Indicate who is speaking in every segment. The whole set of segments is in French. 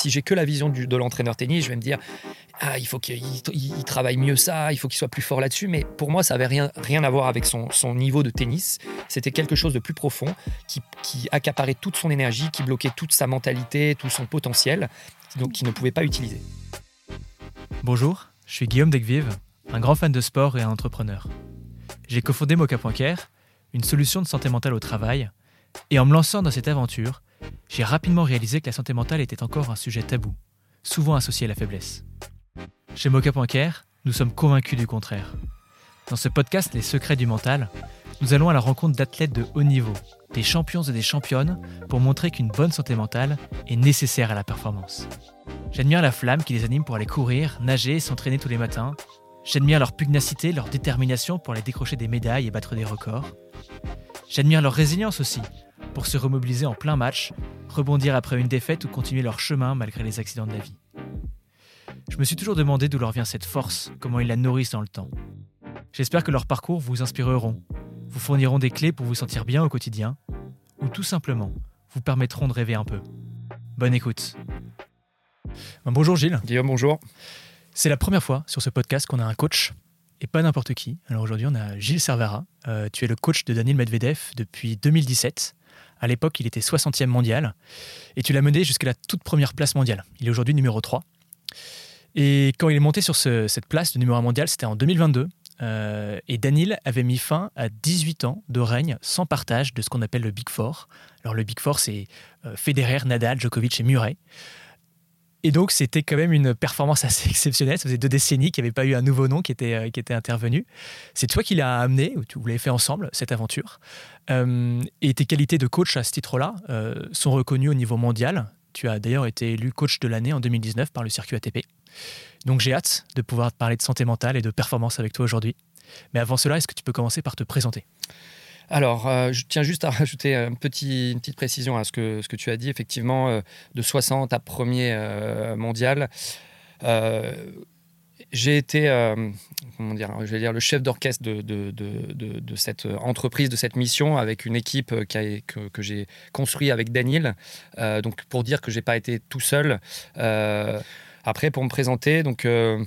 Speaker 1: Si j'ai que la vision de l'entraîneur tennis, je vais me dire il faut qu'il travaille mieux ça, il faut qu'il soit plus fort là-dessus. Mais pour moi, ça n'avait rien à voir avec son niveau de tennis. C'était quelque chose de plus profond qui accaparait toute son énergie, qui bloquait toute sa mentalité, tout son potentiel, donc qu'il ne pouvait pas utiliser.
Speaker 2: Bonjour, je suis Guillaume Degvive, un grand fan de sport et un entrepreneur. J'ai cofondé Moka.care, une solution de santé mentale au travail, et en me lançant dans cette aventure, j'ai rapidement réalisé que la santé mentale était encore un sujet tabou, souvent associé à la faiblesse. Chez Moka.care, nous sommes convaincus du contraire. Dans ce podcast Les secrets du mental, nous allons à la rencontre d'athlètes de haut niveau, des champions et des championnes, pour montrer qu'une bonne santé mentale est nécessaire à la performance. J'admire la flamme qui les anime pour aller courir, nager et s'entraîner tous les matins. J'admire leur pugnacité, leur détermination pour aller décrocher des médailles et battre des records. J'admire leur résilience aussi, pour se remobiliser en plein match, rebondir après une défaite ou continuer leur chemin malgré les accidents de la vie. Je me suis toujours demandé d'où leur vient cette force, comment ils la nourrissent dans le temps. J'espère que leurs parcours vous inspireront, vous fourniront des clés pour vous sentir bien au quotidien, ou tout simplement vous permettront de rêver un peu. Bonne écoute. Bonjour Gilles.
Speaker 1: Guillaume, bonjour.
Speaker 2: C'est la première fois sur ce podcast qu'on a un coach, et pas n'importe qui. Alors aujourd'hui, on a Gilles Servara. Tu es le coach de Daniil Medvedev depuis 2017. À l'époque, il était 60e mondial, et tu l'as mené jusqu'à la toute première place mondiale. Il est aujourd'hui numéro 3. Et quand il est monté sur cette place de numéro 1 mondial, c'était en 2022. Et Daniil avait mis fin à 18 ans de règne sans partage de ce qu'on appelle le Big Four. Alors le Big Four, c'est Federer, Nadal, Djokovic et Murray. Et donc c'était quand même une performance assez exceptionnelle. Ça faisait 2 décennies qu'il n'y avait pas eu un nouveau nom qui était intervenu. C'est toi qui l'as amené, ou vous l'avez fait ensemble, cette aventure. Et tes qualités de coach à ce titre-là sont reconnues au niveau mondial. Tu as d'ailleurs été élu coach de l'année en 2019 par le circuit ATP. Donc j'ai hâte de pouvoir te parler de santé mentale et de performance avec toi aujourd'hui. Mais avant cela, est-ce que tu peux commencer par te présenter ?
Speaker 1: Alors, je tiens juste à rajouter une petite précision à ce que tu as dit. Effectivement, de 60 à premier mondial, j'ai été le chef d'orchestre de cette entreprise, de cette mission, avec une équipe que j'ai construite avec Daniil. Donc, pour dire que je n'ai pas été tout seul. Après, pour me présenter, donc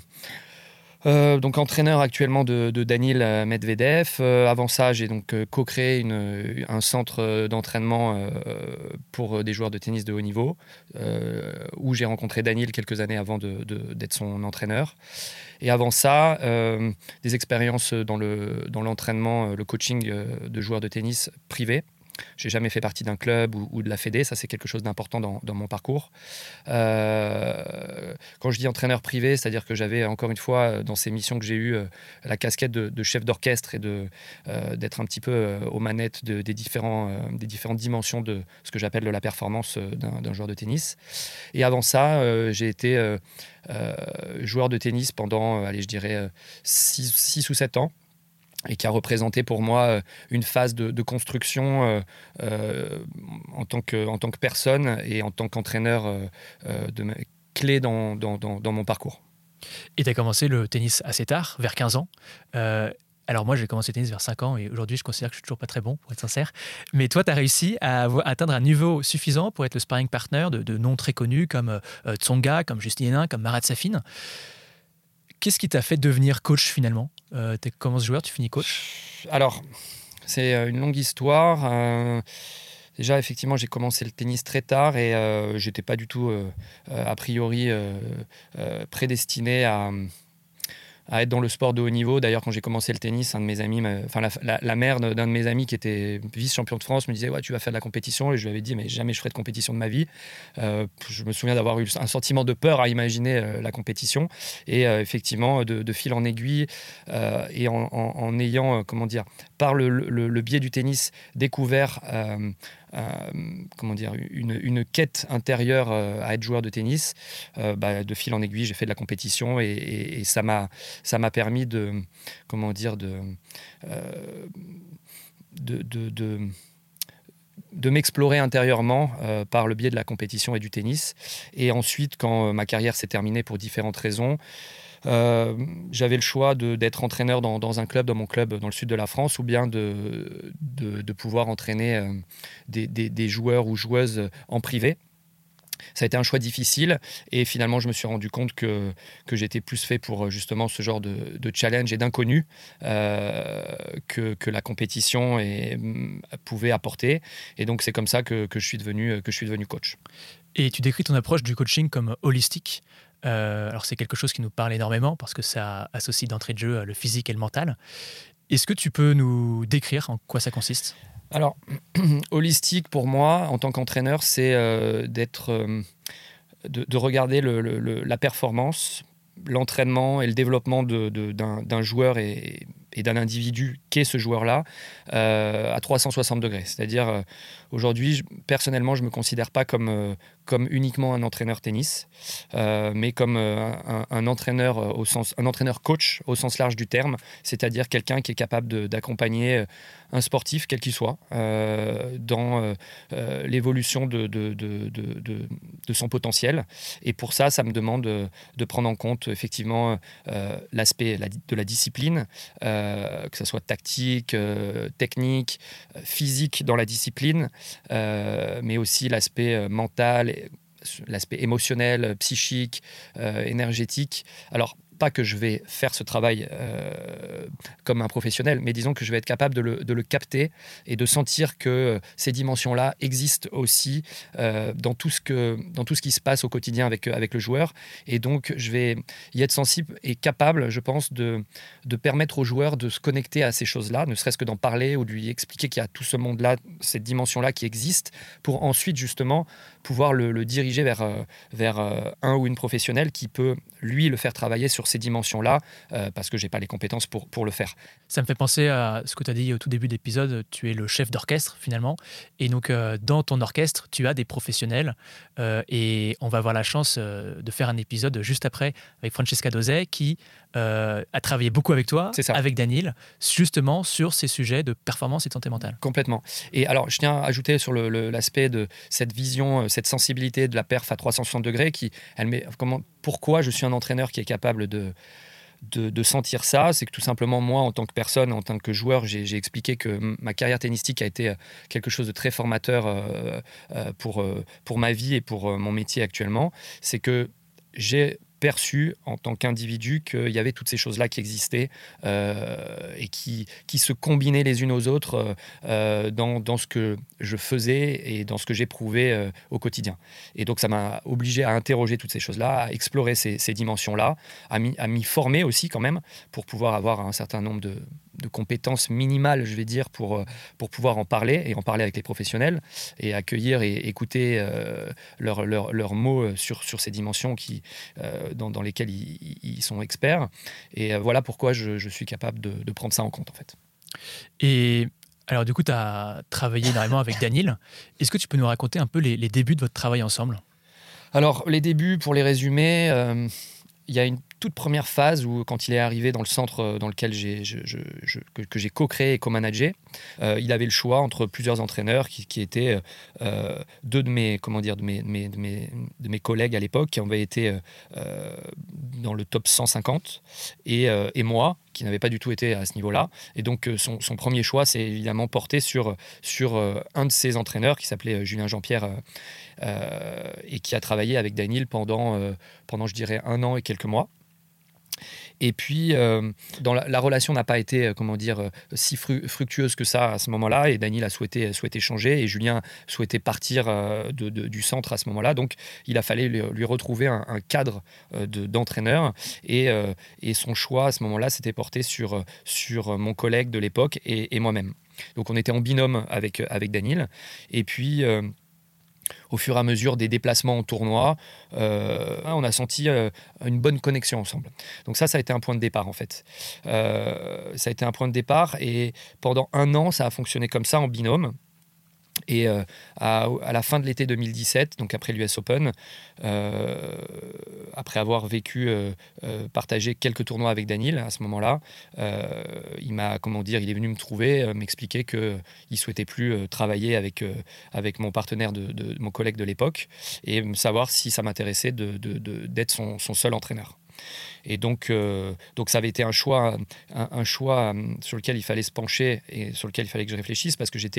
Speaker 1: entraîneur actuellement de Daniil Medvedev. Avant ça, j'ai donc co-créé un centre d'entraînement pour des joueurs de tennis de haut niveau, où j'ai rencontré Daniil quelques années avant d'être son entraîneur. Et avant ça, des expériences dans l'entraînement, le coaching de joueurs de tennis privés. J'ai jamais fait partie d'un club ou de la fédé, ça c'est quelque chose d'important dans mon parcours. Quand je dis entraîneur privé, c'est-à-dire que j'avais encore une fois dans ces missions que j'ai eues la casquette de chef d'orchestre et d'être un petit peu aux manettes des différentes dimensions de ce que j'appelle de la performance d'un joueur de tennis. Et avant ça, j'ai été joueur de tennis pendant, je dirais, 6 ou 7 ans. Et qui a représenté pour moi une phase de construction en tant que personne et en tant qu'entraîneur clé dans mon parcours.
Speaker 2: Et tu as commencé le tennis assez tard, vers 15 ans. Alors moi, j'ai commencé le tennis vers 5 ans et aujourd'hui, je considère que je suis toujours pas très bon, pour être sincère. Mais toi, tu as réussi à atteindre un niveau suffisant pour être le sparring partner de noms très connus comme Tsonga, comme Justin Hénin, comme Marat Safin. Qu'est-ce qui t'a fait devenir coach finalement ? Tu commences joueur, tu finis coach ?
Speaker 1: Alors, c'est une longue histoire. Déjà, effectivement, j'ai commencé le tennis très tard et je n'étais pas du tout, a priori, prédestiné à être dans le sport de haut niveau. D'ailleurs, quand j'ai commencé le tennis, un de mes amis, la mère d'un de mes amis qui était vice-champion de France me disait « Ouais, tu vas faire de la compétition ». Et je lui avais dit « Mais jamais je ferai de compétition de ma vie ». Je me souviens d'avoir eu un sentiment de peur à imaginer la compétition. Et effectivement, de fil en aiguille, et en ayant, par le biais du tennis, découvert une quête intérieure à être joueur de tennis, de fil en aiguille, j'ai fait de la compétition et ça m'a permis de m'explorer intérieurement par le biais de la compétition et du tennis. Et ensuite, quand ma carrière s'est terminée pour différentes raisons, j'avais le choix d'être entraîneur dans un club, dans mon club dans le sud de la France, ou bien de pouvoir entraîner des joueurs ou joueuses en privé. Ça a été un choix difficile et finalement je me suis rendu compte que j'étais plus fait pour justement ce genre de challenge et d'inconnu que la compétition pouvait apporter. Et donc c'est comme ça que je suis devenu coach.
Speaker 2: Et tu décris ton approche du coaching comme holistique. Alors c'est quelque chose qui nous parle énormément parce que ça associe d'entrée de jeu le physique et le mental. Est-ce que tu peux nous décrire en quoi ça consiste ?
Speaker 1: Alors, holistique pour moi, en tant qu'entraîneur, c'est de regarder la performance, l'entraînement et le développement d'un joueur et d'un individu qu'est ce joueur-là à 360 degrés. C'est-à-dire, aujourd'hui, personnellement, je ne me considère pas comme uniquement un entraîneur tennis, mais comme un entraîneur un entraîneur coach au sens large du terme, c'est-à-dire quelqu'un qui est capable d'accompagner un sportif, quel qu'il soit, dans l'évolution de son potentiel. Et pour ça, ça me demande de prendre en compte effectivement l'aspect de la discipline, que ce soit tactique, technique, physique dans la discipline, mais aussi l'aspect mental, l'aspect émotionnel, psychique, énergétique. Alors, pas que je vais faire ce travail comme un professionnel, mais disons que je vais être capable de le capter et de sentir que ces dimensions-là existent aussi dans tout ce qui se passe au quotidien avec le joueur. Et donc, je vais y être sensible et capable, je pense, de permettre au joueur de se connecter à ces choses-là, ne serait-ce que d'en parler ou de lui expliquer qu'il y a tout ce monde-là, cette dimension-là qui existe, pour ensuite, justement, pouvoir le diriger vers un ou une professionnelle qui peut, lui, le faire travailler sur ces dimensions-là, parce que je n'ai pas les compétences pour le faire.
Speaker 2: Ça me fait penser à ce que tu as dit au tout début d'épisode, tu es le chef d'orchestre finalement, et donc dans ton orchestre, tu as des professionnels, et on va avoir la chance de faire un épisode juste après avec Francesca Dosset qui a travaillé beaucoup avec toi, avec Daniil, justement sur ces sujets de performance et de santé mentale.
Speaker 1: Complètement. Et alors, je tiens à ajouter sur l'aspect de cette vision, cette sensibilité de la perf à 360 degrés, pourquoi je suis un entraîneur qui est capable de sentir ça, c'est que tout simplement moi en tant que personne, en tant que joueur, j'ai expliqué que ma carrière tennistique a été quelque chose de très formateur pour ma vie et pour mon métier actuellement. C'est que j'ai perçu en tant qu'individu qu'il y avait toutes ces choses-là qui existaient et qui se combinaient les unes aux autres dans ce que je faisais et dans ce que j'éprouvais au quotidien. Et donc ça m'a obligé à interroger toutes ces choses-là, à explorer ces dimensions-là, à m'y former aussi quand même pour pouvoir avoir un certain nombre de compétences minimales, je vais dire, pour pouvoir en parler et en parler avec les professionnels et accueillir et écouter leurs mots sur ces dimensions dans lesquelles ils sont experts. Et voilà pourquoi je suis capable de prendre ça en compte, en fait.
Speaker 2: Et alors, du coup, tu as travaillé énormément avec Daniil. Est-ce que tu peux nous raconter un peu les débuts de votre travail ensemble ?
Speaker 1: Alors, les débuts, pour les résumer, il y a une toute première phase où, quand il est arrivé dans le centre dans lequel que j'ai co-créé et co-managé, il avait le choix entre plusieurs entraîneurs qui étaient deux de mes mes collègues à l'époque qui avaient été dans le top 150 et moi qui n'avais pas du tout été à ce niveau-là. Et donc son premier choix s'est évidemment porté sur un de ses entraîneurs qui s'appelait Julien Jean-Pierre et qui a travaillé avec Daniil pendant je dirais 1 an et quelques mois. Et puis, la relation n'a pas été si fructueuse que ça à ce moment-là. Et Daniil a souhaité changer et Julien souhaitait partir du centre à ce moment-là. Donc, il a fallu lui retrouver un cadre d'entraîneur. Et son choix à ce moment-là s'était porté sur mon collègue de l'époque et moi-même. Donc, on était en binôme avec Daniil. Et puis au fur et à mesure des déplacements en tournoi, on a senti une bonne connexion ensemble. Donc ça a été un point de départ en fait. Ça a été un point de départ et pendant 1 an, ça a fonctionné comme ça en binôme. Et à la fin de l'été 2017, donc après l'US Open, après avoir partagé quelques tournois avec Daniil à ce moment-là, il est venu me trouver, m'expliquer qu'il ne souhaitait plus travailler avec mon partenaire, mon collègue de l'époque, et me savoir si ça m'intéressait d'être son seul entraîneur. Et donc ça avait été un choix sur lequel il fallait se pencher et sur lequel il fallait que je réfléchisse parce que j'étais le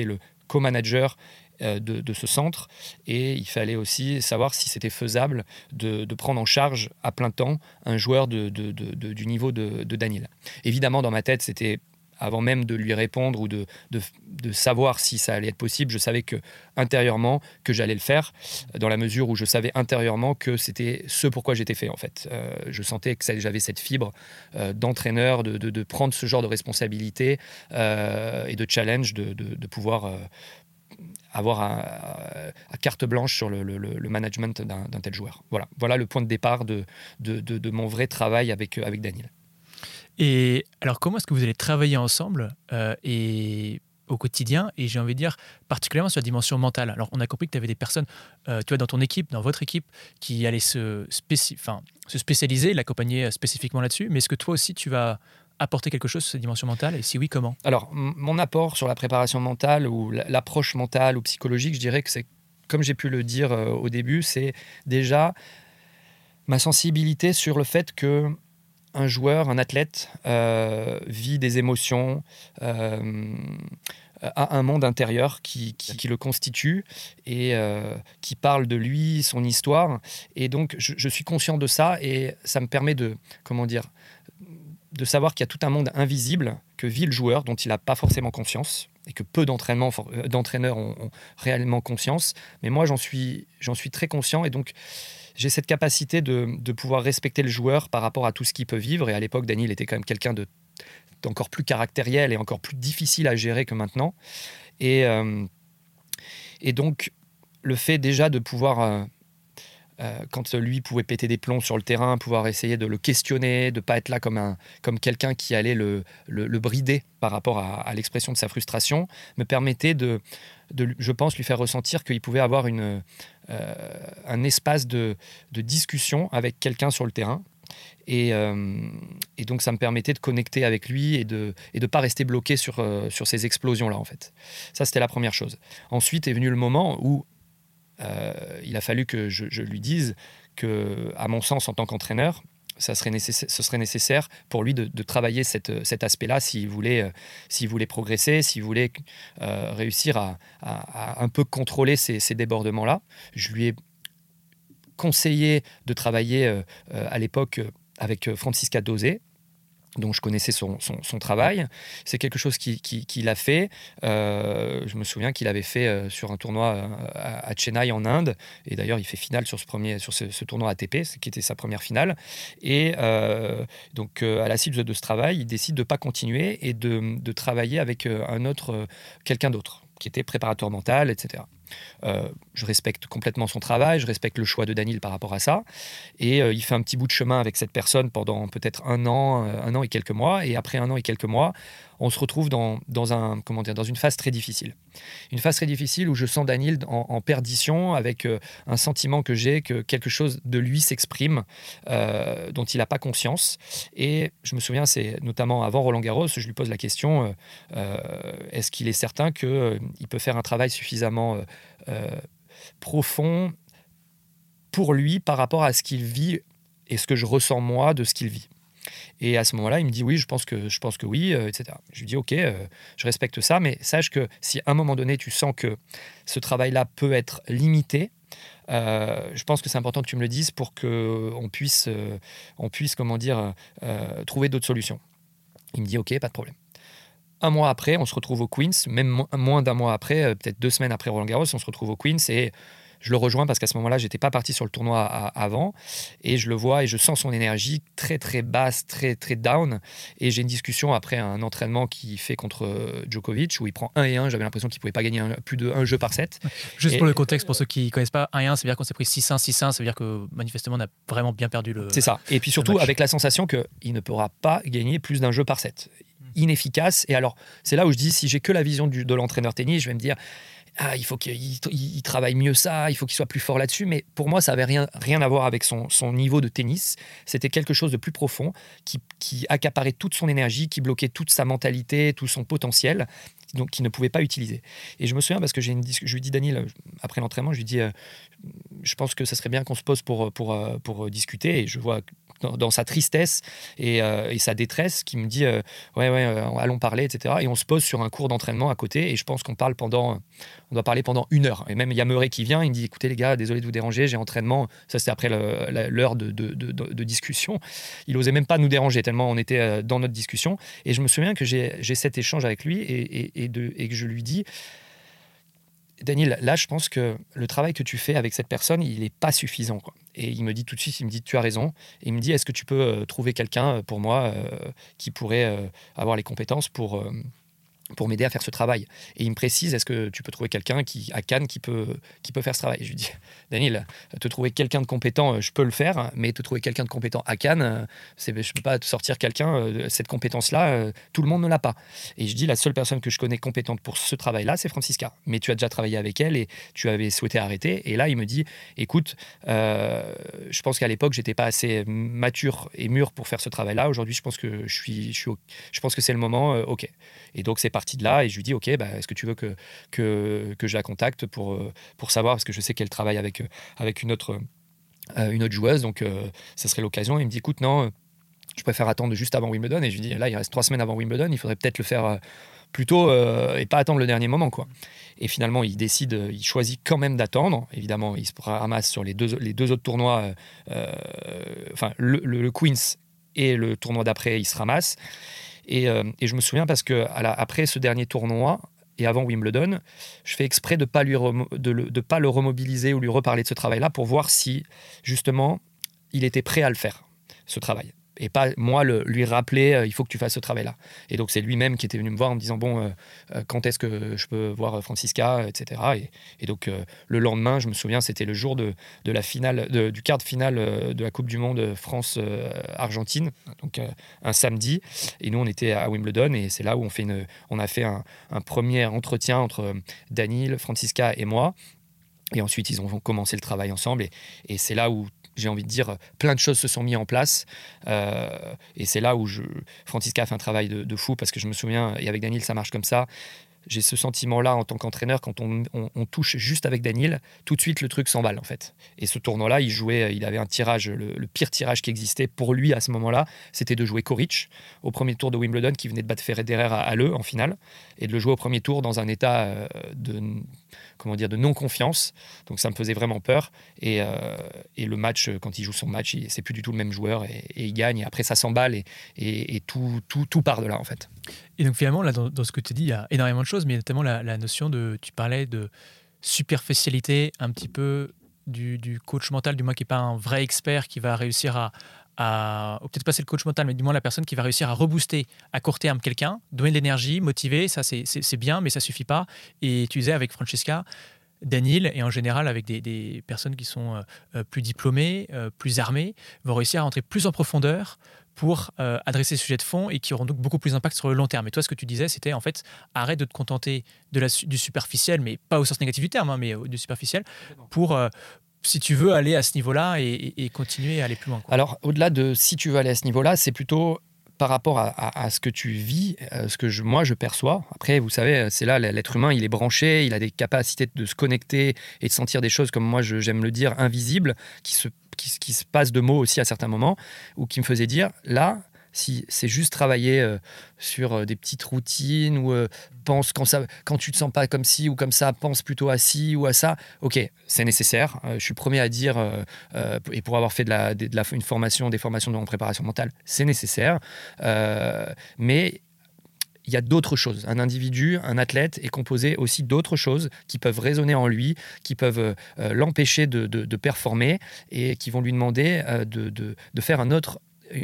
Speaker 1: co-manager de ce centre, et il fallait aussi savoir si c'était faisable de prendre en charge à plein temps un joueur du niveau de Daniil. Évidemment, dans ma tête, c'était avant même de lui répondre ou de savoir si ça allait être possible, je savais intérieurement que j'allais le faire, dans la mesure où je savais intérieurement que c'était ce pourquoi j'étais fait, en fait. Je sentais que j'avais cette fibre d'entraîneur, de prendre ce genre de responsabilité et de challenge, de pouvoir avoir à carte blanche sur le management d'un tel joueur. Voilà le point de départ de mon vrai travail avec Daniil.
Speaker 2: Et alors, comment est-ce que vous allez travailler ensemble et au quotidien, et j'ai envie de dire particulièrement sur la dimension mentale? Alors, on a compris que tu avais des personnes, dans ton équipe, dans votre équipe, qui allaient se spécialiser, l'accompagner spécifiquement là-dessus, mais est-ce que toi aussi, tu vas apporter quelque chose sur cette dimension mentale, et si oui, comment?
Speaker 1: Alors, mon apport sur la préparation mentale ou l'approche mentale ou psychologique, je dirais que c'est, comme j'ai pu le dire au début, c'est déjà ma sensibilité sur le fait que un joueur, un athlète, vit des émotions, a un monde intérieur qui le constitue et qui parle de lui, son histoire. Et donc, je suis conscient de ça, et ça me permet de savoir qu'il y a tout un monde invisible que vit le joueur, dont il n'a pas forcément conscience, et que peu d'entraîneurs ont réellement conscience. Mais moi, j'en suis très conscient, et donc j'ai cette capacité de pouvoir respecter le joueur par rapport à tout ce qu'il peut vivre. Et à l'époque, Daniil était quand même quelqu'un d'encore plus caractériel et encore plus difficile à gérer que maintenant. Et donc, le fait déjà de pouvoir, quand lui pouvait péter des plombs sur le terrain, pouvoir essayer de le questionner, de ne pas être là comme quelqu'un qui allait le brider par rapport à l'expression de sa frustration, me permettait je pense, lui faire ressentir qu'il pouvait avoir un espace de discussion avec quelqu'un sur le terrain. Et donc, ça me permettait de connecter avec lui et de pas rester bloqué sur ces explosions-là, en fait. Ça, c'était la première chose. Ensuite est venu le moment où il a fallu que je lui dise que, à mon sens, en tant qu'entraîneur, ce serait nécessaire pour lui de travailler cet aspect-là s'il voulait progresser, s'il voulait réussir à un peu contrôler ces débordements-là. Je lui ai conseillé de travailler à l'époque avec Francisca Dosé, dont je connaissais son travail. C'est quelque chose qu'il a fait. Je me souviens qu'il avait fait sur un tournoi à Chennai en Inde. Et d'ailleurs, il fait finale sur ce tournoi ATP, qui était sa première finale. Et donc, à la suite de ce travail, il décide de ne pas continuer et de travailler avec quelqu'un d'autre, qui était préparateur mental, etc. Je respecte complètement son travail, je respecte le choix de Daniil par rapport à ça, et il fait un petit bout de chemin avec cette personne pendant peut-être un an et quelques mois, et après 1 an et quelques mois, on se retrouve dans une phase très difficile. Une phase très difficile où je sens Daniil en perdition, avec un sentiment que j'ai que quelque chose de lui s'exprime dont il n'a pas conscience. Et je me souviens, c'est notamment avant Roland-Garros, je lui pose la question, est-ce qu'il est certain qu'il peut faire un travail suffisamment profond pour lui par rapport à ce qu'il vit et ce que je ressens moi de ce qu'il vit. Et à ce moment-là, il me dit oui, je pense que oui, etc. Je lui dis ok, je respecte ça, mais sache que si à un moment donné tu sens que ce travail-là peut être limité, je pense que c'est important que tu me le dises pour qu'on puisse trouver d'autres solutions. Il me dit ok, pas de problème. 1 mois après, on se retrouve au Queens, même moins d'1 mois après, peut-être 2 semaines après Roland-Garros, on se retrouve au Queens, et je le rejoins parce qu'à ce moment-là, j'étais pas parti sur le tournoi avant, et je le vois et je sens son énergie très très basse, très très down, et j'ai une discussion après un entraînement qu'il fait contre Djokovic où il prend 1-1, j'avais l'impression qu'il pouvait pas gagner plus de 1 jeu par set.
Speaker 2: Juste pour le contexte, pour ceux qui connaissent pas, 1-1, ça veut dire qu'on s'est pris 6-1, 6-1, ça veut dire que manifestement on a vraiment bien perdu le.
Speaker 1: C'est ça, et puis surtout avec la sensation qu'il ne pourra pas gagner plus d'1 jeu par set. Inefficace. Et alors, c'est là où je dis, si j'ai que la vision de l'entraîneur tennis, je vais me dire, il faut qu'il travaille mieux ça, il faut qu'il soit plus fort là-dessus. Mais pour moi, ça n'avait rien à voir avec son niveau de tennis. C'était quelque chose de plus profond qui accaparait toute son énergie, qui bloquait toute sa mentalité, tout son potentiel, donc qu'il ne pouvait pas utiliser. Et je me souviens parce que je lui dis, Daniil, après l'entraînement, je lui dis, je pense que ça serait bien qu'on se pose pour discuter. Et je vois dans sa tristesse et sa détresse, qui me dit allons parler, etc. Et on se pose sur un cours d'entraînement à côté et je pense qu'on doit parler pendant 1 heure. Et même il y a Murray qui vient, il me dit écoutez les gars, désolé de vous déranger, j'ai entraînement. Ça c'était après l'heure de discussion. Il osait même pas nous déranger tellement on était dans notre discussion. Et je me souviens que j'ai cet échange avec lui et que je lui dis Daniel, là, je pense que le travail que tu fais avec cette personne, il n'est pas suffisant, quoi. Et il me dit tout de suite, il me dit, tu as raison. Et il me dit, est-ce que tu peux trouver quelqu'un pour moi qui pourrait avoir les compétences pour m'aider à faire ce travail. Et il me précise, est-ce que tu peux trouver quelqu'un à Cannes qui peut faire ce travail? Et je lui dis, Daniel, te trouver quelqu'un de compétent, je peux le faire, mais te trouver quelqu'un de compétent à Cannes, je ne peux pas te sortir quelqu'un, cette compétence-là, tout le monde ne l'a pas. Et je dis, la seule personne que je connais compétente pour ce travail-là, c'est Francisca. Mais tu as déjà travaillé avec elle et tu avais souhaité arrêter. Et là, il me dit, écoute, je pense qu'à l'époque, je n'étais pas assez mature et mûr pour faire ce travail-là. Aujourd'hui, je pense que je pense que c'est le moment, ok. Et donc, c'est parti de là et je lui dis, ok, est-ce que tu veux que je la contacte pour savoir, parce que je sais qu'elle travaille avec une autre joueuse, donc ça serait l'occasion. Il me dit, écoute, non, je préfère attendre juste avant Wimbledon. Et je lui dis, là, il reste 3 semaines avant Wimbledon, il faudrait peut-être le faire plus tôt et pas attendre le dernier moment, quoi. Et finalement, il choisit quand même d'attendre. Évidemment, il se ramasse sur les deux autres tournois, le Queens et le tournoi d'après, il se ramasse. Et je me souviens parce que après ce dernier tournoi et avant Wimbledon, je fais exprès de pas le remobiliser ou lui reparler de ce travail-là pour voir si justement il était prêt à le faire, ce travail. Et pas moi lui rappeler il faut que tu fasses ce travail-là. Et donc c'est lui-même qui était venu me voir en me disant quand est-ce que je peux voir Francisca, etc. Et donc le lendemain, je me souviens, c'était le jour de la finale, du quart de finale de la Coupe du Monde France-Argentine, donc un samedi. Et nous on était à Wimbledon et c'est là où on a fait un premier entretien entre Daniil, Francisca et moi. Et ensuite ils ont commencé le travail ensemble et c'est là où j'ai envie de dire, plein de choses se sont mises en place. Et c'est là où Francisca a fait un travail de fou, parce que je me souviens, et avec Daniil, ça marche comme ça. J'ai ce sentiment-là en tant qu'entraîneur, quand on touche juste avec Daniil, tout de suite, le truc s'emballe, en fait. Et ce tournoi-là, il avait un tirage, le pire tirage qui existait pour lui à ce moment-là, c'était de jouer Coric au premier tour de Wimbledon, qui venait de battre Federer à Halle en finale, et de le jouer au premier tour dans un état de non-confiance. Donc ça me faisait vraiment peur. Et le match, quand il joue son match, c'est plus du tout le même joueur et il gagne. Et après, ça s'emballe et tout part de là, en fait.
Speaker 2: Et donc finalement, là, dans ce que tu dis, il y a énormément de choses, mais notamment la notion tu parlais de superficialité, un petit peu du coach mental, du moins qui n'est pas un vrai expert qui va réussir ou peut-être pas c'est le coach mental, mais du moins la personne qui va réussir à rebooster à court terme quelqu'un, donner de l'énergie, motiver, ça c'est bien, mais ça suffit pas. Et tu disais avec Francisca, Daniil, et en général avec des personnes qui sont plus diplômées, plus armées, vont réussir à entrer plus en profondeur pour adresser ces sujets de fond et qui auront donc beaucoup plus d'impact sur le long terme. Et toi, ce que tu disais, c'était en fait, arrête de te contenter du superficiel, mais pas au sens négatif du terme, mais du superficiel, pour... si tu veux aller à ce niveau-là et continuer à aller plus loin, quoi.
Speaker 1: Alors, au-delà de si tu veux aller à ce niveau-là, c'est plutôt par rapport à ce que tu vis, ce que moi je perçois. Après, vous savez, c'est là, l'être humain, il est branché, il a des capacités de se connecter et de sentir des choses, comme moi j'aime le dire, invisibles, qui se passent de mots aussi à certains moments, ou qui me faisaient dire, là, si c'est juste travailler sur des petites routines ou pense quand tu te sens pas comme ci ou comme ça, pense plutôt à ci ou à ça. Ok, c'est nécessaire. Je suis le premier à dire et pour avoir fait une formation, des formations en préparation mentale, c'est nécessaire. Mais il y a d'autres choses. Un individu, un athlète est composé aussi d'autres choses qui peuvent résonner en lui, qui peuvent l'empêcher de performer et qui vont lui demander de faire un autre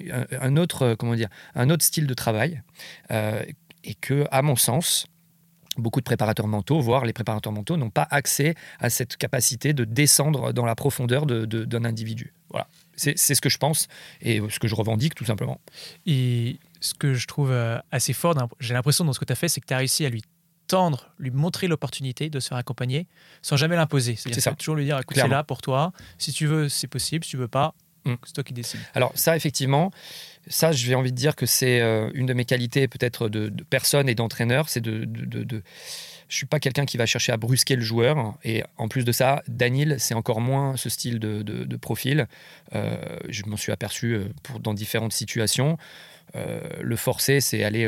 Speaker 1: style de travail, et que, à mon sens, beaucoup de préparateurs mentaux, voire les préparateurs mentaux, n'ont pas accès à cette capacité de descendre dans la profondeur d'un individu. Voilà. C'est ce que je pense et ce que je revendique, tout simplement.
Speaker 2: Et ce que je trouve assez fort, j'ai l'impression dans ce que tu as fait, c'est que tu as réussi à lui montrer l'opportunité de se faire accompagner sans jamais l'imposer. C'est-à-dire toujours lui dire, écoute, c'est là pour toi, si tu veux, c'est possible, si tu veux pas, c'est toi qui décides.
Speaker 1: Alors ça, effectivement, j'ai envie de dire que c'est une de mes qualités peut-être de personne et d'entraîneur, c'est je suis pas quelqu'un qui va chercher à brusquer le joueur. Et en plus de ça, Daniil, c'est encore moins ce style de profil. Je m'en suis aperçu dans différentes situations. Le forcer, c'est aller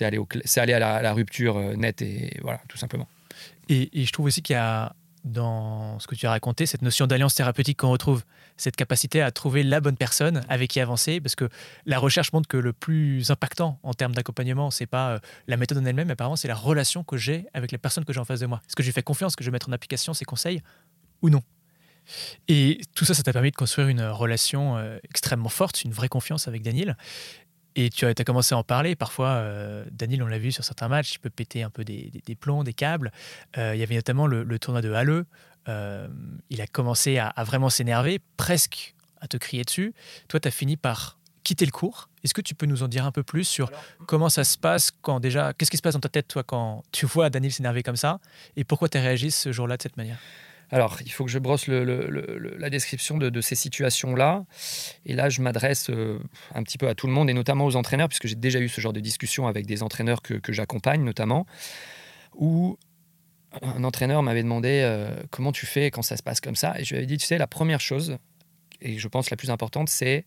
Speaker 1: à la rupture nette et voilà, tout simplement.
Speaker 2: Et je trouve aussi qu'il y a dans ce que tu as raconté cette notion d'alliance thérapeutique qu'on retrouve, cette capacité à trouver la bonne personne avec qui avancer, parce que la recherche montre que le plus impactant en termes d'accompagnement, c'est pas la méthode en elle-même, mais apparemment c'est la relation que j'ai avec la personne que j'ai en face de moi. Est-ce que je lui fais confiance, que je vais mettre en application ses conseils ou non? Et tout ça, ça t'a permis de construire une relation extrêmement forte, une vraie confiance avec Daniil. Et tu as commencé à en parler. Parfois, Daniil, on l'a vu sur certains matchs, il peut péter un peu des plombs, des câbles. Il y avait notamment le tournoi de Halle. Il a commencé à vraiment s'énerver, presque à te crier dessus. Toi, tu as fini par quitter le court. Est-ce que tu peux nous en dire un peu plus sur comment ça se passe qu'est-ce qui se passe dans ta tête, toi, quand tu vois Daniil s'énerver comme ça, et pourquoi tu as réagi ce jour-là de cette manière?
Speaker 1: Alors, il faut que je brosse la description de ces situations-là. Et là, je m'adresse un petit peu à tout le monde, et notamment aux entraîneurs, puisque j'ai déjà eu ce genre de discussion avec des entraîneurs que j'accompagne, notamment, où un entraîneur m'avait demandé comment tu fais quand ça se passe comme ça. Et je lui avais dit, tu sais, la première chose, et je pense la plus importante, c'est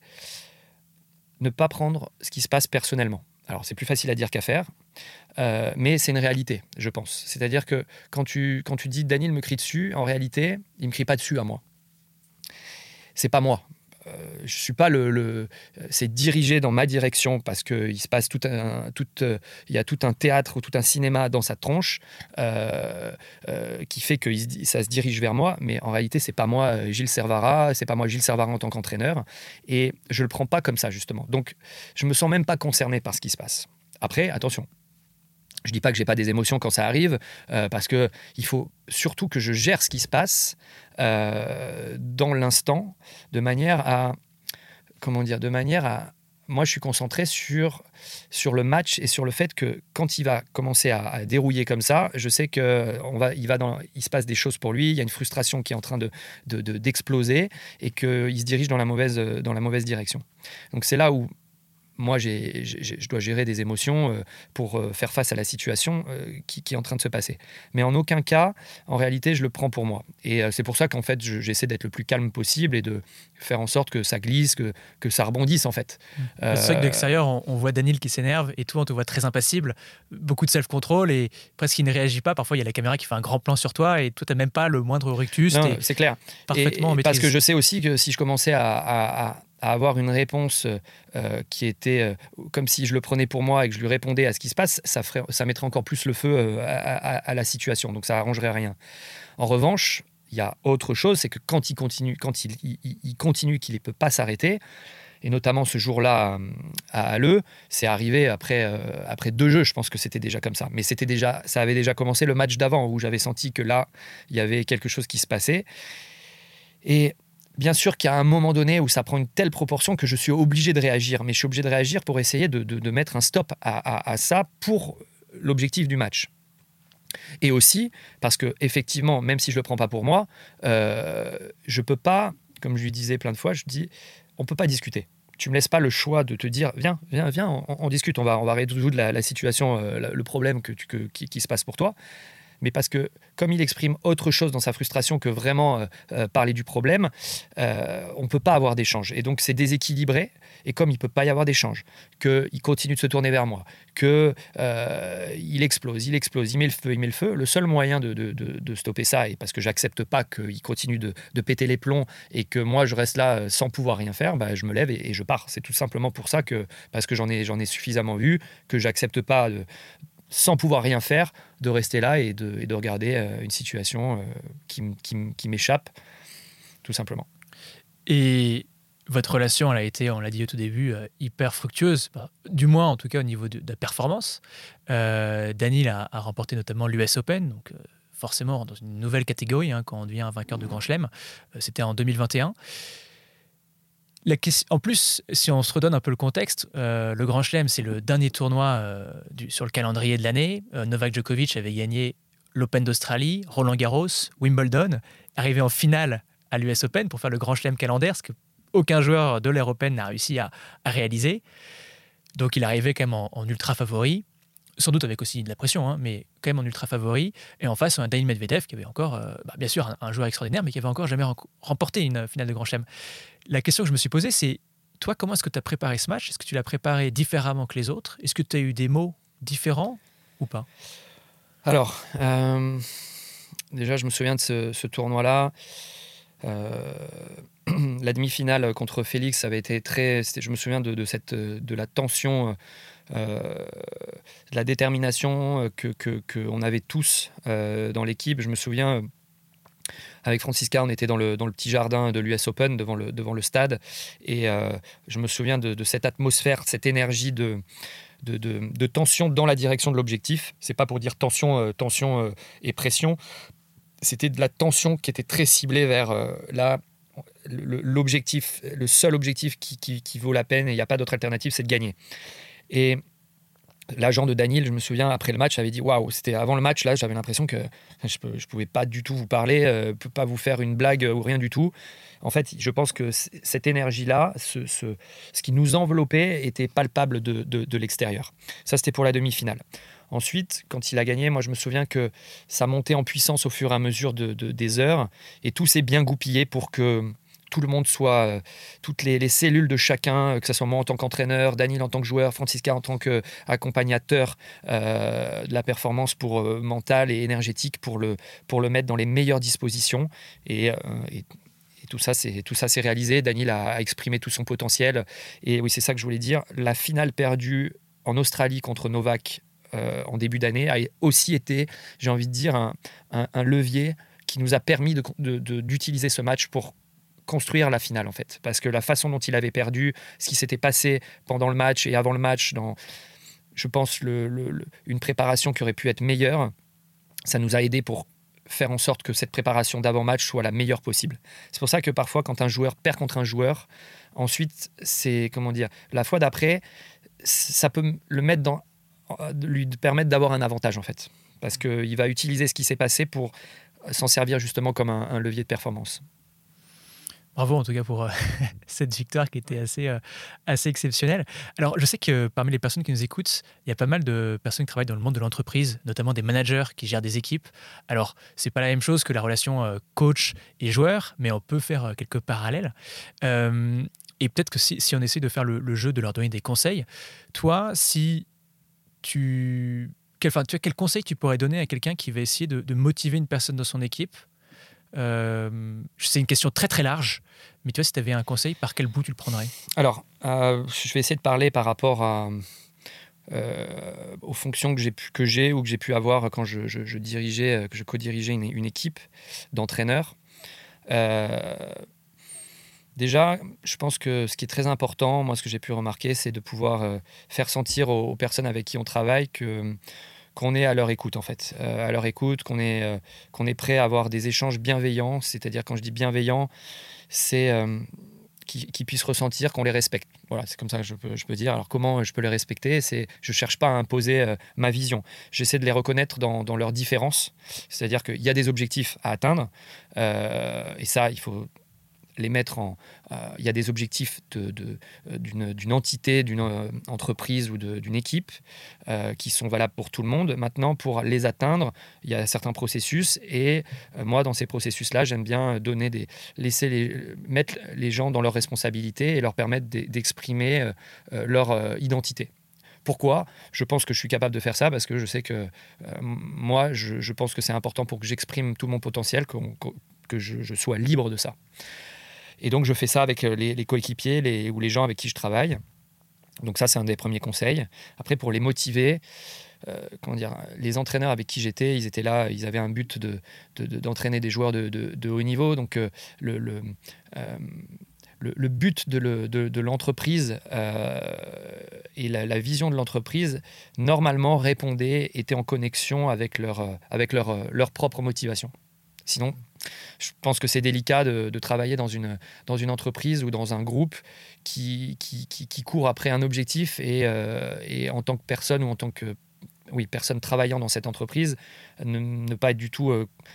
Speaker 1: ne pas prendre ce qui se passe personnellement. Alors, c'est plus facile à dire qu'à faire, mais c'est une réalité, je pense. C'est-à-dire que quand tu dis « Daniil me crie dessus », en réalité, il ne me crie pas dessus à moi. C'est pas moi. Je suis pas c'est dirigé dans ma direction parce qu'il se passe il y a tout un théâtre ou tout un cinéma dans sa tronche qui fait que ça se dirige vers moi, mais en réalité c'est pas moi Gilles Servara en tant qu'entraîneur, et je le prends pas comme ça justement. Donc je me sens même pas concerné par ce qui se passe. Après, attention. Je dis pas que j'ai pas des émotions quand ça arrive, parce que il faut surtout que je gère ce qui se passe dans l'instant, de manière à moi, je suis concentré sur le match et sur le fait que quand il va commencer à dérouiller comme ça, je sais que il se passe des choses pour lui. Il y a une frustration qui est en train d'exploser et qu'il se dirige dans la mauvaise direction. Donc c'est là où moi, je dois gérer des émotions pour faire face à la situation qui est en train de se passer. Mais en aucun cas, en réalité, je le prends pour moi. Et c'est pour ça qu'en fait, j'essaie d'être le plus calme possible et de faire en sorte que ça glisse, que ça rebondisse, en fait.
Speaker 2: C'est vrai que de l'extérieur, on voit Daniil qui s'énerve et toi, on te voit très impassible, beaucoup de self-control et presque il ne réagit pas. Parfois, il y a la caméra qui fait un grand plan sur toi et toi, tu n'as même pas le moindre rictus.
Speaker 1: Non, c'est clair.
Speaker 2: Parfaitement en maîtrise.
Speaker 1: Parce que je sais aussi que si je commençais à avoir une réponse qui était comme si je le prenais pour moi et que je lui répondais à ce qui se passe, ça mettrait encore plus le feu à la situation. Donc ça arrangerait rien. En revanche, il y a autre chose, c'est que quand il continue, qu'il ne peut pas s'arrêter, et notamment ce jour-là à Halle, c'est arrivé après 2 jeux, je pense que c'était déjà comme ça. Mais ça avait déjà commencé le match d'avant, où j'avais senti que là, il y avait quelque chose qui se passait. Et bien sûr qu'il y a un moment donné où ça prend une telle proportion que je suis obligé de réagir. Mais je suis obligé de réagir pour essayer de mettre un stop à ça pour l'objectif du match. Et aussi parce que effectivement, même si je le prends pas pour moi, je peux pas, comme je lui disais plein de fois, je dis, on peut pas discuter. Tu me laisses pas le choix de te dire, viens, on discute, on va résoudre la situation, le problème qui se passe pour toi. Mais parce que comme il exprime autre chose dans sa frustration que vraiment parler du problème, on ne peut pas avoir d'échange. Et donc c'est déséquilibré, et comme il ne peut pas y avoir d'échange, qu'il continue de se tourner vers moi, qu'il explose, il met le feu, le seul moyen de stopper ça, et parce que j'accepte pas qu'il continue de péter les plombs et que moi je reste là sans pouvoir rien faire, je me lève et je pars. C'est tout simplement pour ça parce que j'en ai suffisamment vu, que j'accepte pas sans pouvoir rien faire, de rester là et de regarder une situation qui m'échappe, tout simplement.
Speaker 2: Et votre relation, elle a été, on l'a dit au tout début, hyper fructueuse, du moins en tout cas au niveau de la performance. Daniil a remporté notamment l'US Open, donc forcément dans une nouvelle catégorie, quand on devient un vainqueur de Grand Chelem. C'était en 2021. En plus, si on se redonne un peu le contexte, le Grand Chelem, c'est le dernier tournoi sur le calendrier de l'année. Novak Djokovic avait gagné l'Open d'Australie, Roland-Garros, Wimbledon, arrivé en finale à l'US Open pour faire le Grand Chelem calendaire, ce qu'aucun joueur de l'ère Open n'a réussi à réaliser. Donc il arrivait quand même en ultra favori. sans doute avec aussi de la pression, hein, mais quand même en ultra favori. Et en face, on a Daniil Medvedev qui avait encore, bien sûr, un joueur extraordinaire, mais qui avait encore jamais remporté une finale de Grand Chelem. La question que je me suis posée, c'est toi, comment est-ce que tu as préparé ce match? Est-ce que tu l'as préparé différemment que les autres? Est-ce que tu as eu des mots différents ou pas?
Speaker 1: Alors, déjà, je me souviens de ce tournoi-là. La demi-finale contre Félix avait été je me souviens de la tension, de la détermination que on avait tous dans l'équipe. Je me souviens, avec Francisca, on était dans le petit jardin de l'US Open devant le stade, et je me souviens de cette atmosphère, cette énergie de tension dans la direction de l'objectif. C'est pas pour dire tension et pression. C'était de la tension qui était très ciblée vers l'objectif, le seul objectif qui vaut la peine, et il n'y a pas d'autre alternative, c'est de gagner. Et l'agent de Daniil, je me souviens, après le match, avait dit waouh, c'était avant le match, là, j'avais l'impression que je pouvais pas du tout vous parler, peux pas vous faire une blague ou rien du tout. En fait, je pense que cette énergie-là, ce qui nous enveloppait, était palpable de l'extérieur. Ça, c'était pour la demi-finale. Ensuite, quand il a gagné, moi je me souviens que ça montait en puissance au fur et à mesure des heures, et tout s'est bien goupillé pour que tout le monde soit, toutes les cellules de chacun, que ce soit moi en tant qu'entraîneur, Daniil en tant que joueur, Francisca en tant qu'accompagnateur de la performance mentale et énergétique pour le mettre dans les meilleures dispositions. Et tout ça s'est réalisé. Daniil a exprimé tout son potentiel. Et oui, c'est ça que je voulais dire. La finale perdue en Australie contre Novak en début d'année a aussi été, j'ai envie de dire, un levier qui nous a permis d'utiliser ce match pour construire la finale, en fait. Parce que la façon dont il avait perdu, ce qui s'était passé pendant le match et avant le match, je pense, une préparation qui aurait pu être meilleure, ça nous a aidé pour faire en sorte que cette préparation d'avant-match soit la meilleure possible. C'est pour ça que parfois, quand un joueur perd contre un joueur, ensuite, la fois d'après, ça peut lui permettre d'avoir un avantage, en fait. Parce qu'il va utiliser ce qui s'est passé pour s'en servir justement comme un levier de performance.
Speaker 2: Bravo en tout cas pour cette victoire qui était assez exceptionnelle. Alors je sais que parmi les personnes qui nous écoutent, il y a pas mal de personnes qui travaillent dans le monde de l'entreprise, notamment des managers qui gèrent des équipes. Alors c'est pas la même chose que la relation coach et joueur, mais on peut faire quelques parallèles. Et peut-être que si on essaie de faire le jeu de leur donner des conseils, toi, quel conseil tu pourrais donner à quelqu'un qui va essayer de motiver une personne dans son équipe? C'est une question très très large, mais tu vois, si tu avais un conseil, par quel bout tu le prendrais? Alors,
Speaker 1: je vais essayer de parler par rapport aux fonctions que j'ai pu avoir quand je dirigeais, que je co-dirigeais une équipe d'entraîneurs. Déjà, je pense que ce qui est très important, moi, ce que j'ai pu remarquer, c'est de pouvoir faire sentir aux personnes avec qui on travaille qu'on est à leur écoute, en fait. À leur écoute, qu'on est prêt à avoir des échanges bienveillants. C'est-à-dire, quand je dis bienveillant, c'est qu'ils puissent ressentir qu'on les respecte. Voilà, c'est comme ça que je peux dire. Alors, comment je peux les respecter? Je ne cherche pas à imposer ma vision. J'essaie de les reconnaître dans leurs différences. C'est-à-dire qu'il y a des objectifs à atteindre. Et ça, il faut les mettre il y a des objectifs d'une entité, d'une entreprise ou d'une équipe qui sont valables pour tout le monde. Maintenant, pour les atteindre, il y a certains processus, et moi, dans ces processus-là, j'aime bien mettre les gens dans leurs responsabilités et leur permettre d'exprimer leur identité. Pourquoi? Je pense que je suis capable de faire ça parce que je sais que moi, je pense que c'est important pour que j'exprime tout mon potentiel, que je sois libre de ça. Et donc, je fais ça avec les coéquipiers ou les gens avec qui je travaille. Donc ça, c'est un des premiers conseils. Après, pour les motiver, les entraîneurs avec qui j'étais, ils étaient là, ils avaient un but d'entraîner des joueurs de haut niveau. Donc, le but de l'entreprise et la vision de l'entreprise, normalement, était en connexion avec leur propre motivation. Sinon, je pense que c'est délicat de travailler dans une entreprise ou dans un groupe qui court après un objectif et en tant que personne ou en tant que personne travaillant dans cette entreprise, ne pas être du tout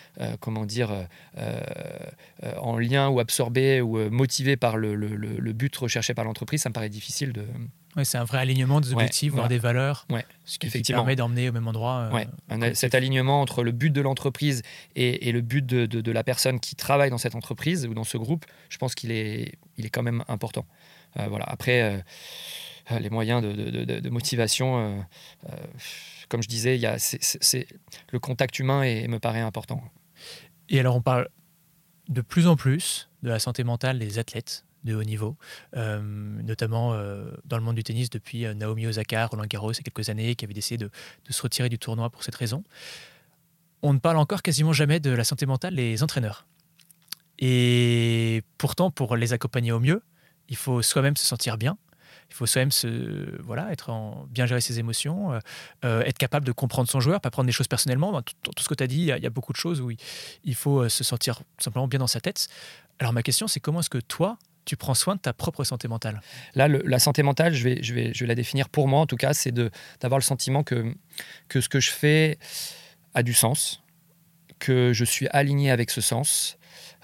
Speaker 1: en lien ou absorbé ou motivé par le but recherché par l'entreprise, ça me paraît difficile de...
Speaker 2: Ouais, c'est un vrai alignement des objectifs, voire des valeurs, ce qui permet d'emmener au même endroit.
Speaker 1: Cet alignement entre le but de l'entreprise et le but de la personne qui travaille dans cette entreprise ou dans ce groupe, je pense qu'il est quand même important. Après, les moyens de motivation, comme je disais, le contact humain me paraît important.
Speaker 2: Et alors, on parle de plus en plus de la santé mentale des athlètes de haut niveau, notamment dans le monde du tennis depuis Naomi Osaka, Roland Garros, il y a quelques années, qui avait décidé de se retirer du tournoi pour cette raison. On ne parle encore quasiment jamais de la santé mentale des entraîneurs. Et pourtant, pour les accompagner au mieux, il faut soi-même se sentir bien. Il faut soi-même bien gérer ses émotions, être capable de comprendre son joueur, pas prendre des choses personnellement. Tout ce que tu as dit, il y a beaucoup de choses où il faut se sentir simplement bien dans sa tête. Alors ma question, c'est comment est-ce que toi, tu prends soin de ta propre santé mentale?
Speaker 1: Là, la santé mentale, je vais la définir pour moi, en tout cas, c'est d'avoir le sentiment que ce que je fais a du sens, que je suis aligné avec ce sens,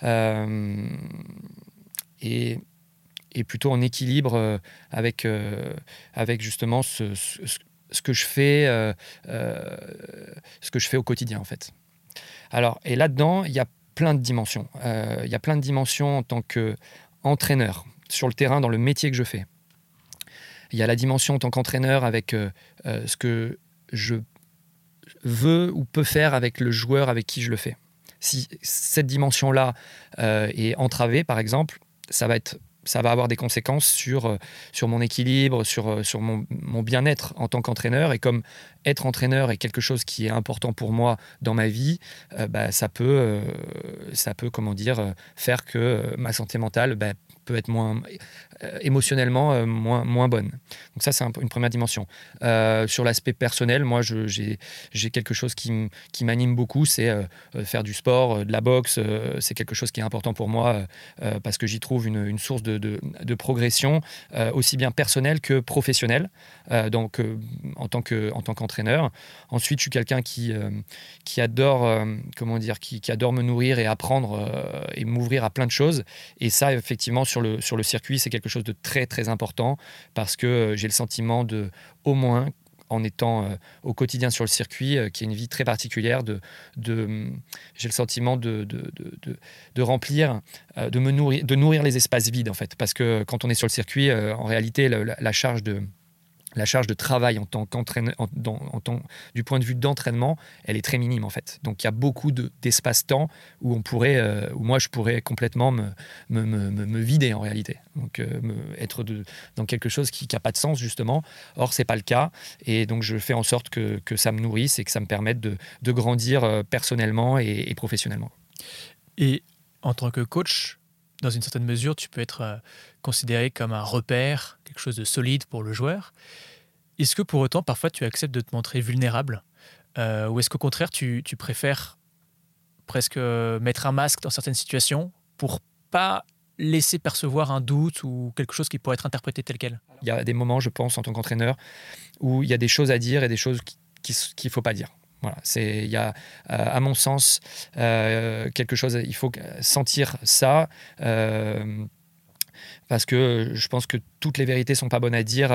Speaker 1: et plutôt en équilibre avec justement ce que je fais, au quotidien, en fait. Alors, et là-dedans, il y a plein de dimensions. Il y a plein de dimensions en tant qu'entraîneur, sur le terrain, dans le métier que je fais. Il y a la dimension en tant qu'entraîneur avec ce que je veux ou peux faire avec le joueur avec qui je le fais. Si cette dimension-là est entravée, par exemple, ça va avoir des conséquences sur mon équilibre, sur mon bien-être en tant qu'entraîneur. Et comme être entraîneur est quelque chose qui est important pour moi dans ma vie, ça peut faire que ma santé mentale peut être émotionnellement moins bonne. Donc ça, c'est une première dimension. Sur l'aspect personnel, moi, j'ai quelque chose qui m'anime beaucoup, c'est faire du sport, de la boxe. C'est quelque chose qui est important pour moi parce que j'y trouve une source de progression, aussi bien personnelle que professionnelle, donc en tant qu'entraîneur. Ensuite, je suis quelqu'un qui adore qui adore me nourrir et apprendre et m'ouvrir à plein de choses. Et ça, effectivement, sur le circuit, c'est quelque chose de très très important parce que j'ai le sentiment au moins en étant au quotidien sur le circuit, qui est une vie très particulière, j'ai le sentiment de remplir, de nourrir les espaces vides, en fait. Parce que quand on est sur le circuit, en réalité, la charge de travail en tant qu'entraîneur, du point de vue d'entraînement, elle est très minime, en fait. Donc il y a beaucoup d'espace-temps où moi je pourrais complètement me vider, en réalité. Donc être dans quelque chose qui n'a pas de sens, justement. Or, c'est pas le cas. Et donc je fais en sorte que ça me nourrisse et que ça me permette de grandir personnellement et professionnellement.
Speaker 2: Et en tant que coach, dans une certaine mesure, tu peux être considéré comme un repère, quelque chose de solide pour le joueur. Est-ce que pour autant, parfois, tu acceptes de te montrer vulnérable ou est-ce qu'au contraire, tu préfères presque mettre un masque dans certaines situations pour pas laisser percevoir un doute ou quelque chose qui pourrait être interprété tel quel?
Speaker 1: Il y a des moments, je pense, en tant qu'entraîneur, où il y a des choses à dire et des choses qu'il ne faut pas dire. Voilà, il y a, à mon sens, quelque chose, il faut sentir ça, parce que je pense que toutes les vérités ne sont pas bonnes à dire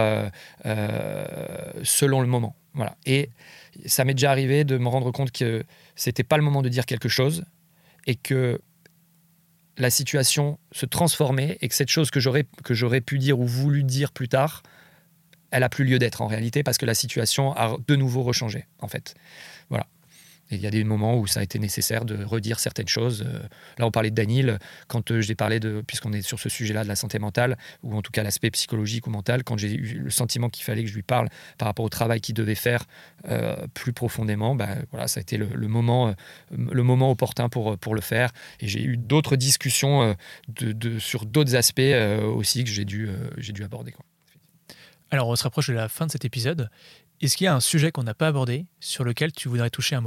Speaker 1: selon le moment. Voilà. Et ça m'est déjà arrivé de me rendre compte que ce n'était pas le moment de dire quelque chose et que la situation se transformait et que cette chose que j'aurais pu dire ou voulu dire plus tard, elle n'a plus lieu d'être en réalité parce que la situation a de nouveau rechangé, en fait. Voilà. Et il y a des moments où ça a été nécessaire de redire certaines choses. Là, on parlait de Daniil. Quand j'ai parlé puisqu'on est sur ce sujet-là de la santé mentale, ou en tout cas l'aspect psychologique ou mental, quand j'ai eu le sentiment qu'il fallait que je lui parle par rapport au travail qu'il devait faire plus profondément, voilà, ça a été le moment opportun pour le faire. Et j'ai eu d'autres discussions sur d'autres aspects aussi que j'ai dû aborder, quoi.
Speaker 2: Alors, on se rapproche de la fin de cet épisode. Est-ce qu'il y a un sujet qu'on n'a pas abordé sur lequel tu voudrais toucher un mot ?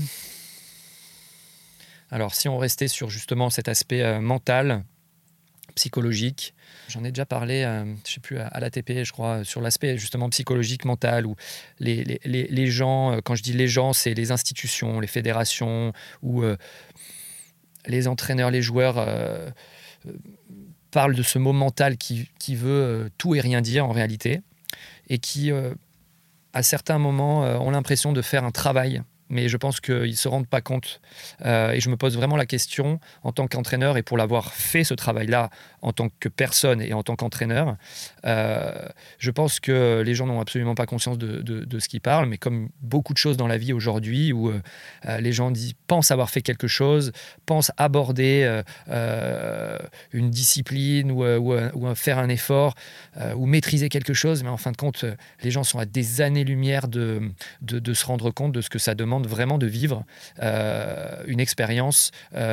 Speaker 1: Alors, si on restait sur justement cet aspect mental, psychologique. J'en ai déjà parlé, je sais plus, à l'ATP, je crois, sur l'aspect justement psychologique, mental, où les gens, quand je dis les gens, c'est les institutions, les fédérations, où les entraîneurs, les joueurs parlent de ce mot mental qui veut tout et rien dire en réalité, et qui, à certains moments, ont l'impression de faire un travail. Mais je pense qu'ils ne se rendent pas compte. Et je me pose vraiment la question, en tant qu'entraîneur, et pour l'avoir fait ce travail-là en tant que personne et en tant qu'entraîneur, je pense que les gens n'ont absolument pas conscience de ce qu'ils parlent, mais comme beaucoup de choses dans la vie aujourd'hui, où les gens pensent avoir fait quelque chose, pensent aborder une discipline ou faire un effort, ou maîtriser quelque chose, mais en fin de compte, les gens sont à des années-lumière de se rendre compte de ce que ça demande vraiment de vivre une expérience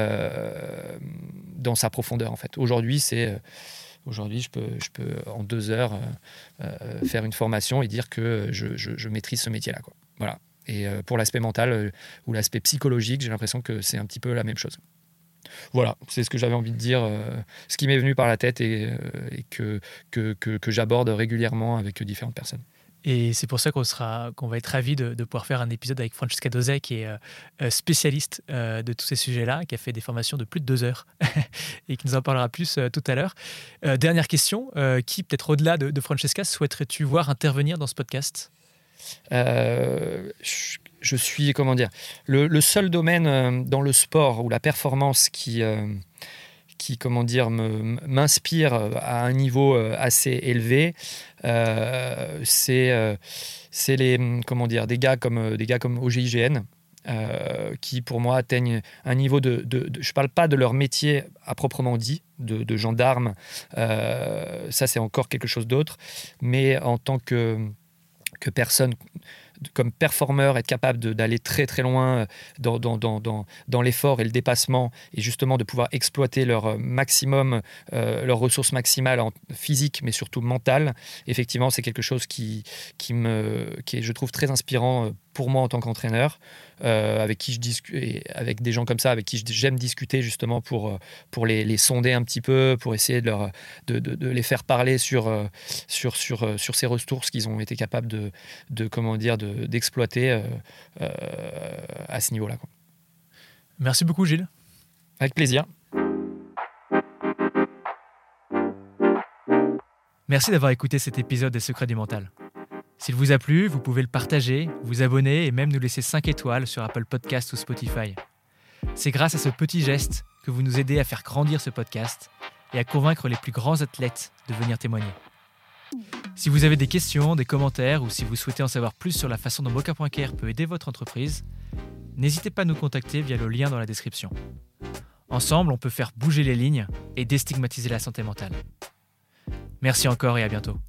Speaker 1: dans sa profondeur en fait. Aujourd'hui, je peux en 2 heures faire une formation et dire que je maîtrise ce métier-là, quoi. Voilà. Et pour l'aspect mental ou l'aspect psychologique, j'ai l'impression que c'est un petit peu la même chose. Voilà, c'est ce que j'avais envie de dire, ce qui m'est venu par la tête et que j'aborde régulièrement avec différentes personnes.
Speaker 2: Et c'est pour ça qu'on va être ravis de pouvoir faire un épisode avec Francesca Dosè, qui est spécialiste de tous ces sujets-là, qui a fait des formations de plus de 2 heures et qui nous en parlera plus tout à l'heure. Dernière question, qui, peut-être au-delà de Francesca, souhaiterais-tu voir intervenir dans ce podcast ?
Speaker 1: Je suis, le seul domaine dans le sport ou la performance qui m'inspire à un niveau assez élevé, c'est des gars comme OGIGN, qui pour moi atteignent un niveau je parle pas de leur métier à proprement dit, de gendarme, ça c'est encore quelque chose d'autre, mais en tant que personne, comme performeur, être capable d'aller très très loin dans l'effort et le dépassement, et justement de pouvoir exploiter leur maximum, leurs ressources maximales en physique mais surtout mentale, effectivement c'est quelque chose qui est, je trouve, très inspirant pour moi en tant qu'entraîneur, avec qui je discute, avec des gens comme ça avec qui j'aime discuter justement pour les sonder un petit peu, pour essayer de les faire parler sur ces ressources qu'ils ont été capables d'exploiter à ce niveau-là, quoi.
Speaker 2: Merci beaucoup, Gilles.
Speaker 1: Avec plaisir.
Speaker 2: Merci d'avoir écouté cet épisode des Secrets du Mental. S'il vous a plu, vous pouvez le partager, vous abonner et même nous laisser 5 étoiles sur Apple Podcasts ou Spotify. C'est grâce à ce petit geste que vous nous aidez à faire grandir ce podcast et à convaincre les plus grands athlètes de venir témoigner. Si vous avez des questions, des commentaires ou si vous souhaitez en savoir plus sur la façon dont Moka.care peut aider votre entreprise, n'hésitez pas à nous contacter via le lien dans la description. Ensemble, on peut faire bouger les lignes et déstigmatiser la santé mentale. Merci encore et à bientôt.